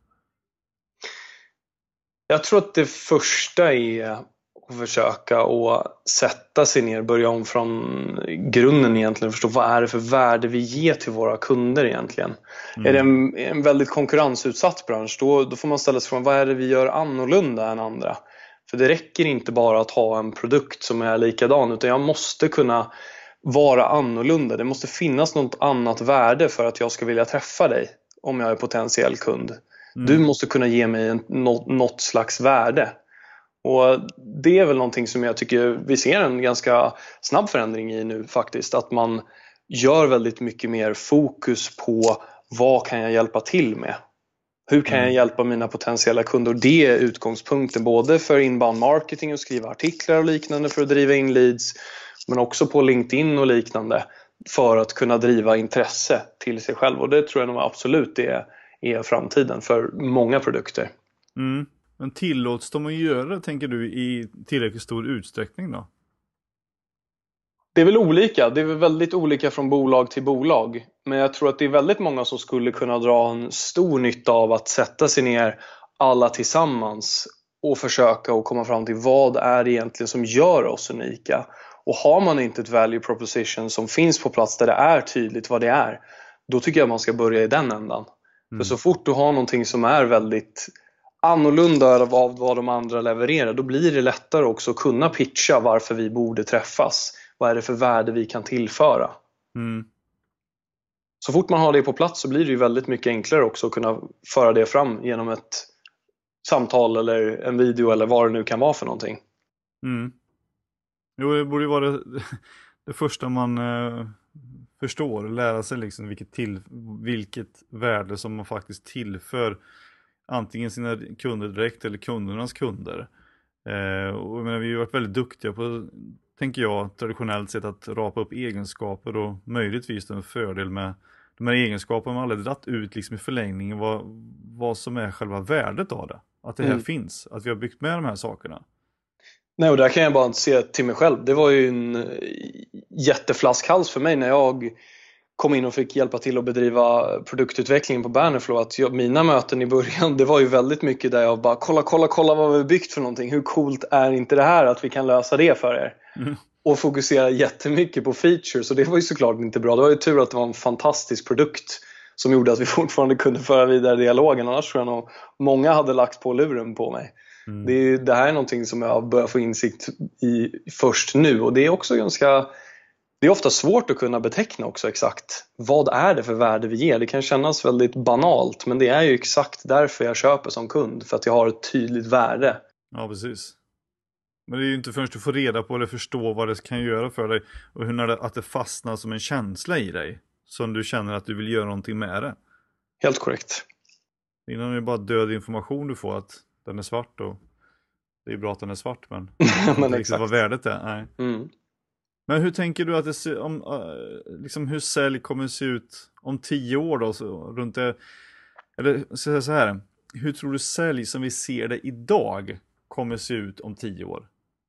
Jag tror att det första är att försöka att sätta sig ner, börja om från grunden egentligen och förstå vad är det för värde vi ger till våra kunder egentligen. Mm. Är det en, en väldigt konkurrensutsatt bransch, då, då får man ställa sig från vad är det vi gör annorlunda än andra. För det räcker inte bara att ha en produkt som är likadan, utan jag måste kunna vara annorlunda. Det måste finnas något annat värde för att jag ska vilja träffa dig om jag är potentiell kund. Mm. Du måste kunna ge mig en, något, något slags värde. Och det är väl någonting som jag tycker vi ser en ganska snabb förändring i nu faktiskt. Att man gör väldigt mycket mer fokus på vad kan jag hjälpa till med? Hur kan mm. jag hjälpa mina potentiella kunder? Och det är utgångspunkten både för inbound marketing och skriva artiklar och liknande för att driva in leads. Men också på LinkedIn och liknande för att kunna driva intresse till sig själv. Och det tror jag nog absolut är, är framtiden för många produkter. Mm. Men tillåts de att göra, tänker du, i tillräckligt stor utsträckning då? Det är väl olika. Det är väl väldigt olika från bolag till bolag. Men jag tror att det är väldigt många som skulle kunna dra en stor nytta av att sätta sig ner alla tillsammans och försöka att komma fram till vad är det egentligen som gör oss unika. Och har man inte ett value proposition som finns på plats där det är tydligt vad det är, då tycker jag man ska börja i den ändan. Mm. För så fort du har någonting som är väldigt annorlunda av vad de andra levererar, då blir det lättare också att kunna pitcha varför vi borde träffas. Vad är det för värde vi kan tillföra? Mm. Så fort man har det på plats så blir det ju väldigt mycket enklare också att kunna föra det fram genom ett samtal eller en video eller vad det nu kan vara för någonting. Mm. Jo, det borde ju vara det, det första man eh, förstår, lära sig liksom vilket, till, vilket värde som man faktiskt tillför antingen sina kunder direkt eller kundernas kunder. Eh, och jag menar, vi har varit väldigt duktiga på, tänker jag, traditionellt sett att rapa upp egenskaper och möjligtvis en fördel med de här egenskaperna. Man har aldrig dratt ut liksom i förlängningen vad, vad som är själva värdet av det. Att det här mm. finns, att vi har byggt med de här sakerna. Nej, och där kan jag bara se till mig själv. Det var ju en jätteflaskhals för mig när jag kom in och fick hjälpa till att bedriva produktutvecklingen på Bannerflow. Att jag, mina möten i början, det var ju väldigt mycket där jag bara kolla, kolla, kolla vad vi har byggt för någonting. Hur coolt är inte det här att vi kan lösa det för er? Mm. Och fokusera jättemycket på features. Och det var ju såklart inte bra. Det var ju tur att det var en fantastisk produkt som gjorde att vi fortfarande kunde föra vidare dialogen. Annars tror jag nog många hade lagt på luren på mig. Mm. Det, är, det här är någonting som jag börjar få insikt i först nu. Och det är också ganska... Det är ofta svårt att kunna beteckna också exakt vad är det för värde vi ger. Det kan kännas väldigt banalt, men det är ju exakt därför jag köper som kund. För att jag har ett tydligt värde. Ja, precis. Men det är ju inte förrän du får reda på eller förstå vad det kan göra för dig. Och hur när det, att det fastnar som en känsla i dig. Som du känner att du vill göra någonting med det. Helt korrekt. Innan är det bara död information du får att den är svart. Och det är bra att den är svart, men, men inte exakt vad värdet är. Nej. Mm. Men hur tänker du att det ser, om, liksom hur sälj kommer se ut om tio år då? Så, runt det, eller så, så här, hur tror du sälj som vi ser det idag kommer se ut om tio år?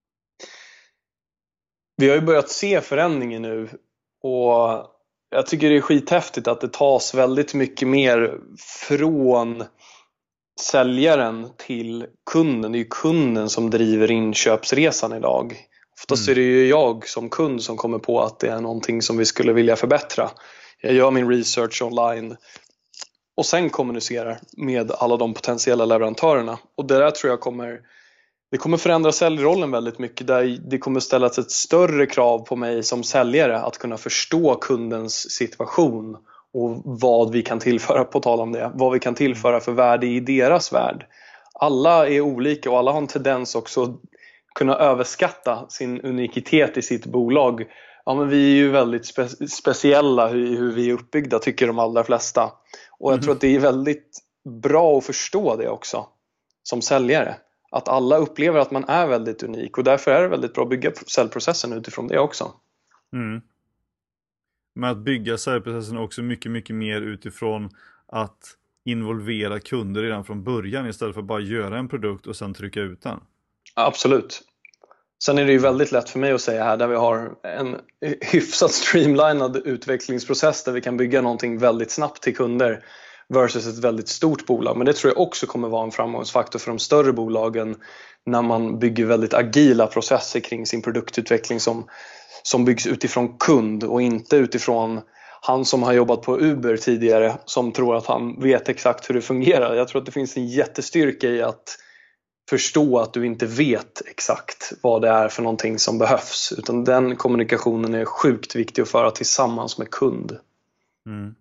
Vi har ju börjat se förändringen nu och jag tycker det är skithäftigt att det tas väldigt mycket mer från säljaren till kunden. Det är ju kunden som driver inköpsresan idag. Oftast är det ju jag som kund som kommer på att det är någonting som vi skulle vilja förbättra. Jag gör min research online och sen kommunicerar med alla de potentiella leverantörerna. Och det där tror jag kommer, det kommer förändra säljrollen väldigt mycket. Där det kommer ställas ett större krav på mig som säljare att kunna förstå kundens situation och vad vi kan tillföra, på tal om det, vad vi kan tillföra för värde i deras värld. Alla är olika och alla har en tendens också kunna överskatta sin unikitet i sitt bolag. Ja, men vi är ju väldigt spe- speciella i hur vi är uppbyggda, tycker de allra flesta. Och jag mm. tror att det är väldigt bra att förstå det också som säljare. Att alla upplever att man är väldigt unik och därför är det väldigt bra att bygga säljprocessen utifrån det också. Mm. Men att bygga säljprocessen också mycket, mycket mer utifrån att involvera kunder redan från början istället för att bara göra en produkt och sen trycka ut den. Absolut. Sen är det ju väldigt lätt för mig att säga här där vi har en hyfsat streamlinad utvecklingsprocess där vi kan bygga någonting väldigt snabbt till kunder versus ett väldigt stort bolag. Men det tror jag också kommer vara en framgångsfaktor för de större bolagen när man bygger väldigt agila processer kring sin produktutveckling som, som byggs utifrån kund och inte utifrån han som har jobbat på Uber tidigare som tror att han vet exakt hur det fungerar. Jag tror att det finns en jättestyrka i att förstå att du inte vet exakt vad det är för någonting som behövs. Utan den kommunikationen är sjukt viktig att föra tillsammans med kund. Mm.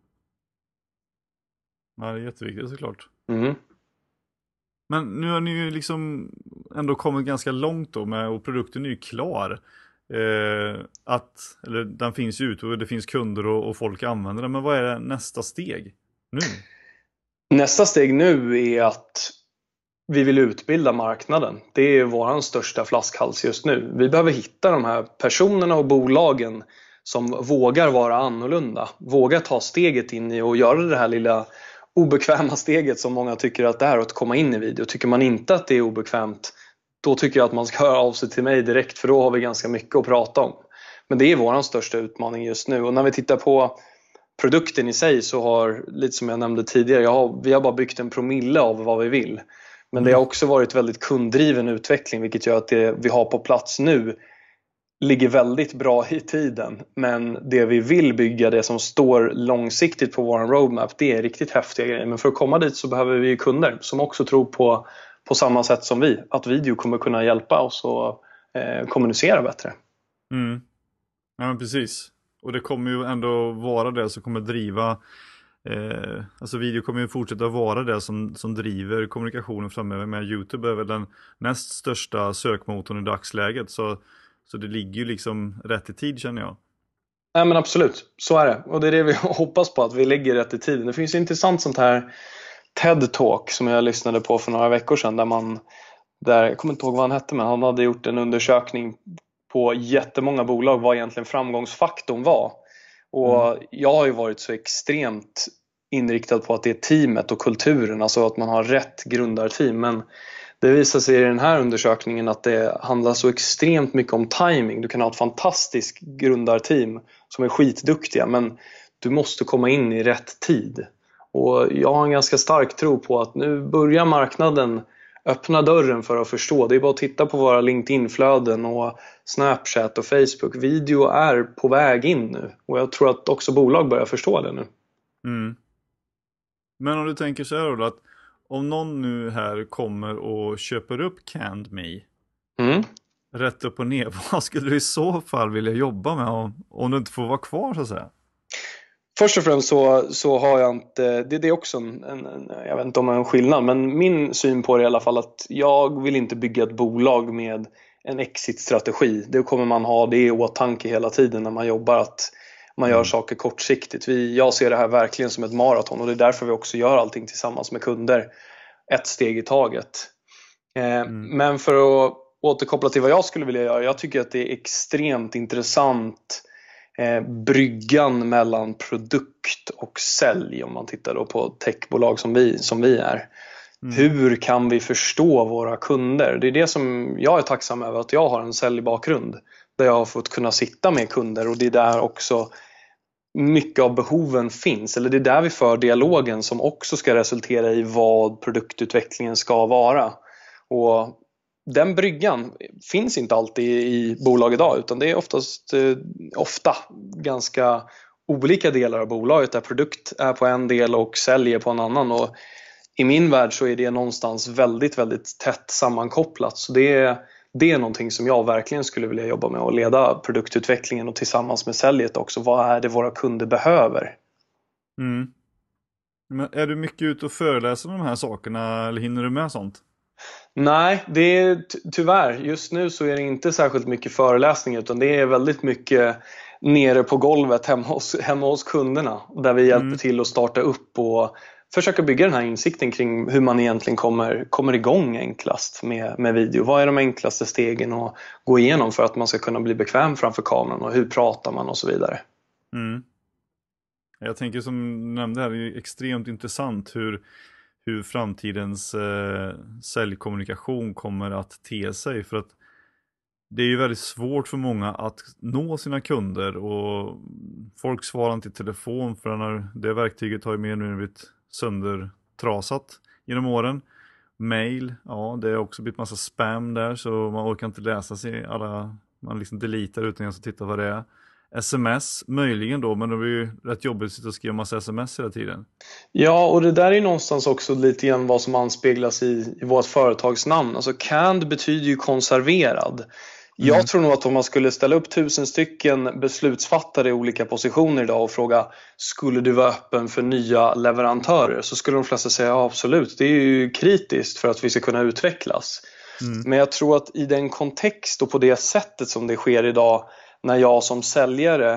Ja, det är jätteviktigt såklart. Mm. Men nu har ni ju liksom ändå kommit ganska långt då med, och produkten är ju klar. Eh, att, eller den finns ju ute och det finns kunder och, och folk använder den. Men vad är nästa steg nu? Nästa steg nu är att vi vill utbilda marknaden. Det är vår största flaskhals just nu. Vi behöver hitta de här personerna och bolagen som vågar vara annorlunda. Vågar ta steget in i och göra det här lilla obekväma steget som många tycker att det är att komma in i video. Tycker man inte att det är obekvämt, då tycker jag att man ska höra av sig till mig direkt, för då har vi ganska mycket att prata om. Men det är vår största utmaning just nu. Och när vi tittar på produkten i sig så har, lite som jag nämnde tidigare, jag har, vi har bara byggt en promille av vad vi vill. Men det har också varit väldigt kunddriven utveckling, vilket gör att det vi har på plats nu ligger väldigt bra i tiden. Men det vi vill bygga, det som står långsiktigt på vår roadmap, det är riktigt häftiga grejer. Men för att komma dit så behöver vi kunder som också tror på, på samma sätt som vi. Att video kommer kunna hjälpa oss att eh, kommunicera bättre. Mm. Ja, men precis. Och det kommer ju ändå vara det som kommer driva... Eh, alltså video kommer ju fortsätta vara det som, som driver kommunikationen framöver. Med YouTube är väl den näst största sökmotorn i dagsläget. Så, så det ligger ju liksom rätt i tid, känner jag. Nej, men absolut, så är det. Och det är det vi hoppas på, att vi ligger rätt i tiden. Det finns ju intressant sånt här TED-talk som jag lyssnade på för några veckor sedan. Där man, där, jag kommer inte ihåg vad han hette, men han hade gjort en undersökning på jättemånga bolag vad egentligen framgångsfaktorn var. Och mm. jag har ju varit så extremt inriktad på att det är teamet och kulturen, alltså att man har rätt grundarteam. Men Det visar sig i den här undersökningen att det handlar så extremt mycket om timing. Du kan ha ett fantastiskt grundarteam som är skitduktiga, men du måste komma in i rätt tid. Och jag har en ganska stark tro på att nu börjar marknaden öppna dörren för att förstå. Det är bara att titta på våra LinkedIn-flöden och Snapchat och Facebook. Video är på väg in nu. Och jag tror att också bolag börjar förstå det nu. Mm. Men om du tänker så här då, att om någon nu här kommer och köper upp Canned Me, Mm. rätt upp och ner, vad skulle du i så fall vilja jobba med om, om du inte får vara kvar så att säga? Först och främst så, så har jag inte, det, det är också en, en, en, jag vet inte om det är en skillnad, men min syn på det är i alla fall att jag vill inte bygga ett bolag med en exit-strategi. Det kommer man ha det i åtanke hela tiden när man jobbar, att man gör saker kortsiktigt. Vi, jag ser det här verkligen som ett maraton, och det är därför vi också gör allting tillsammans med kunder, ett steg i taget. Eh, mm. Men för att återkoppla till vad jag skulle vilja göra, jag tycker att det är extremt intressant eh, bryggan mellan produkt och sälj, om man tittar då på techbolag som vi, som vi är. Mm. Hur kan vi förstå våra kunder? Det är det som jag är tacksam över, att jag har en säljbakgrund där jag har fått kunna sitta med kunder, och det är där också mycket av behoven finns, eller det är där vi för dialogen som också ska resultera i vad produktutvecklingen ska vara. Och den bryggan finns inte alltid i bolag idag, utan det är oftast, ofta ganska olika delar av bolaget där produkt är på en del och säljer på en annan, och i min värld så är det någonstans väldigt, väldigt tätt sammankopplat. Så det är, det är någonting som jag verkligen skulle vilja jobba med, och leda produktutvecklingen och tillsammans med säljet också. Vad är det våra kunder behöver? Mm. Men är du mycket ute och föreläser om de här sakerna, eller hinner du med sånt? Nej, det är tyvärr. Just nu så är det inte särskilt mycket föreläsning, utan det är väldigt mycket nere på golvet hemma hos, hemma hos kunderna, där vi hjälper mm. till att starta upp och försöka bygga den här insikten kring hur man egentligen kommer, kommer igång enklast med, med video. Vad är de enklaste stegen att gå igenom för att man ska kunna bli bekväm framför kameran, och hur pratar man och så vidare. Mm. Jag tänker, som du nämnde här, det är extremt intressant hur, hur framtidens eh, säljkommunikation kommer att te sig, för att det är ju väldigt svårt för många att nå sina kunder, och folk svarar inte i telefon för när det verktyget har ju mer nu blivit söndertrasat genom åren. Mail, ja, det har också blivit massa spam där, så man orkar inte läsa sig alla, man liksom deletar utan att titta vad det är. Sms, möjligen då, men det blir ju rätt jobbigt att sitta och skriva massa sms hela tiden. Ja, och det där är någonstans också lite grann vad som anspeglas i, i vårt företagsnamn. Alltså canned betyder ju konserverad. Jag mm. tror nog att om man skulle ställa upp tusen stycken beslutsfattare i olika positioner idag och fråga, skulle du vara öppen för nya leverantörer? Så skulle de flesta säga ja, absolut. Det är ju kritiskt för att vi ska kunna utvecklas. Mm. Men jag tror att i den kontext och på det sättet som det sker idag, när jag som säljare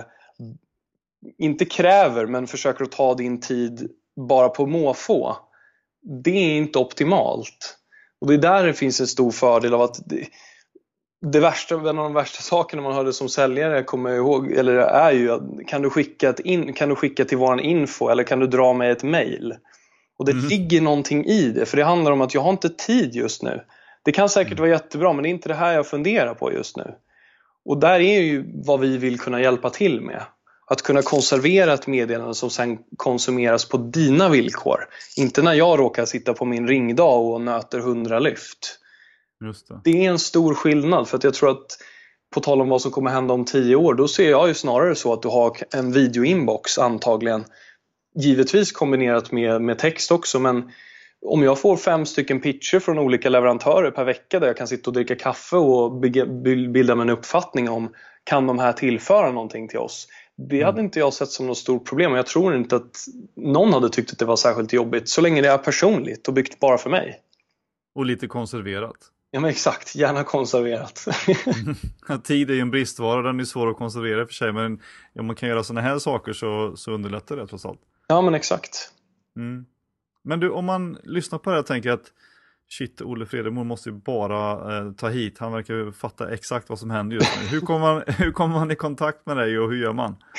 inte kräver men försöker att ta din tid bara på måfå, det är inte optimalt. Och det är där det finns en stor fördel av att det, det värsta, en av de värsta sakerna man hörde som säljare, kommer jag ihåg, eller är ju, kan du skicka ett in, kan du skicka till våran info, eller kan du dra mig ett mejl? Och det mm. ligger någonting i det, för det handlar om att jag har inte tid just nu. Det kan säkert mm. vara jättebra, men det är inte det här jag funderar på just nu. Och där är ju vad vi vill kunna hjälpa till med. Att kunna konservera ett meddelande som sen konsumeras på dina villkor. Inte när jag råkar sitta på min ringdag och nöter hundra lyft. Just det. Det är en stor skillnad, för att jag tror att på tal om vad som kommer hända om tio år, då ser jag ju snarare så att du har en videoinbox antagligen. Givetvis kombinerat med, med text också, men om jag får fem stycken pitcher från olika leverantörer per vecka där jag kan sitta och dricka kaffe och bilda mig en uppfattning om, kan de här tillföra någonting till oss? Det hade inte jag sett som något stort problem, och jag tror inte att någon hade tyckt att det var särskilt jobbigt, så länge det är personligt och byggt bara för mig. Och lite konserverat. Ja, men exakt, gärna konserverat. Tid är ju en bristvara, den är svår att konservera för sig, men om man kan göra sådana här saker så, så underlättar det trots allt. Ja, men exakt. Mm. Men du, om man lyssnar på det och tänker att shit, Olle Fredemo måste ju bara eh, ta hit. Han verkar fatta exakt vad som händer just nu. Hur kommer man, hur kommer man i kontakt med dig och hur gör man?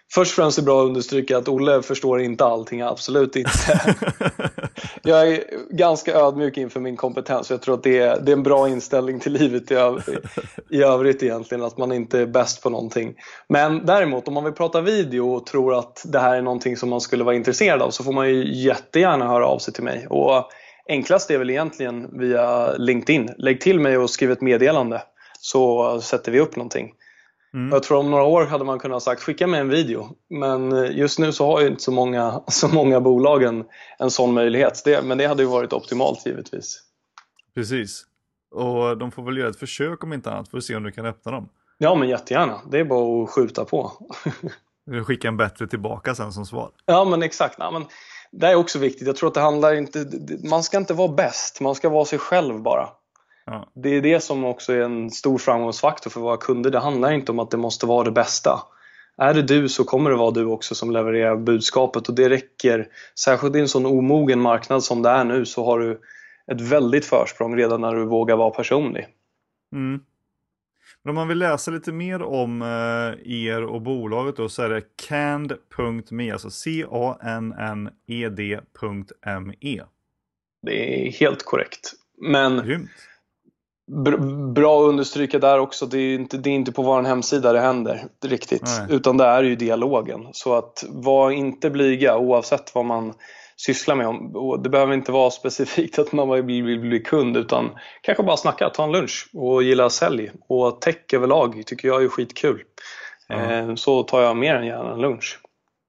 Först och främst är det bra att understryka att Olle förstår inte allting, absolut inte. Jag är ganska ödmjuk inför min kompetens. Jag tror att det är, det är en bra inställning till livet i, öv- i övrigt egentligen, att man inte är bäst på någonting. Men däremot, om man vill prata video och tror att det här är någonting som man skulle vara intresserad av, så får man ju jättegärna höra av sig till mig. Och enklast är väl egentligen via LinkedIn. Lägg till mig och skriv ett meddelande, så sätter vi upp någonting. Mm. Jag tror om några år hade man kunnat ha sagt skicka mig en video. Men just nu så har ju inte så många, så många bolagen en sån möjlighet. Det, men det hade ju varit optimalt givetvis. Precis. Och de får väl göra ett försök om inte annat för att se om du kan öppna dem. Ja, men jättegärna. Det är bara att skjuta på. Du skickar en bättre tillbaka sen som svar. Ja, men exakt. Nej, men det är också viktigt. Jag tror att det handlar inte... Man ska inte vara bäst. Man ska vara sig själv bara. Ja. Det är det som också är en stor framgångsfaktor för våra kunder. Det handlar inte om att det måste vara det bästa. Är det du, så kommer det vara du också som levererar budskapet. Och det räcker. Särskilt i en sån omogen marknad som det är nu, så har du ett väldigt försprång redan när du vågar vara personlig. Mm. Men om man vill läsa lite mer om eh, er och bolaget då, så är det canned punkt me, alltså C A N N E D punkt M E. Det är helt korrekt. Men Grymt. br- bra att understryka där också, det är inte, det är inte på vår hemsida det händer riktigt. Nej. Utan det är ju dialogen. Så att var inte blyga oavsett vad man sysslar med. Och det behöver inte vara specifikt att man vill, vill bli kund, utan kanske bara snacka, ta en lunch och gilla sälj. Och tech överlag tycker jag är skitkul. Mm. Så tar jag mer än gärna en lunch.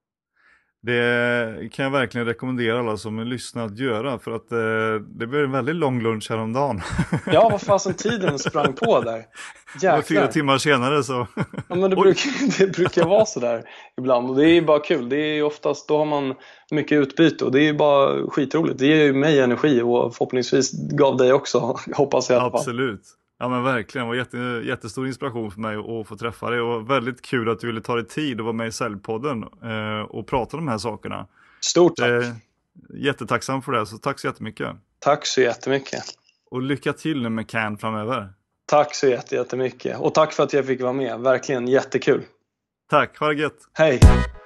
Det kan jag verkligen rekommendera alla som lyssnar att göra, för att eh, det blir en väldigt lång lunch häromdagen. Ja, vad fasen tiden sprang på där. Jäklar. Fyra timmar senare så... Ja, men det brukar, det brukar vara så där ibland. Och det är ju bara kul. Det är ju oftast, då har man mycket utbyte. Och det är ju bara skitroligt. Det ger ju mig energi och förhoppningsvis gav dig också, hoppas jag i alla fall. Absolut. Ja, men verkligen. Det var jätte, jättestor inspiration för mig att få träffa dig. Och väldigt kul att du ville ta dig tid och vara med i Säljpodden eh, och prata om de här sakerna. Stort tack. Eh, jättetacksam för det, så tack så jättemycket. Tack så jättemycket. Och lycka till nu med Can framöver. Tack så jättemycket. Och tack för att jag fick vara med. Verkligen jättekul. Tack, ha det gött. Hej.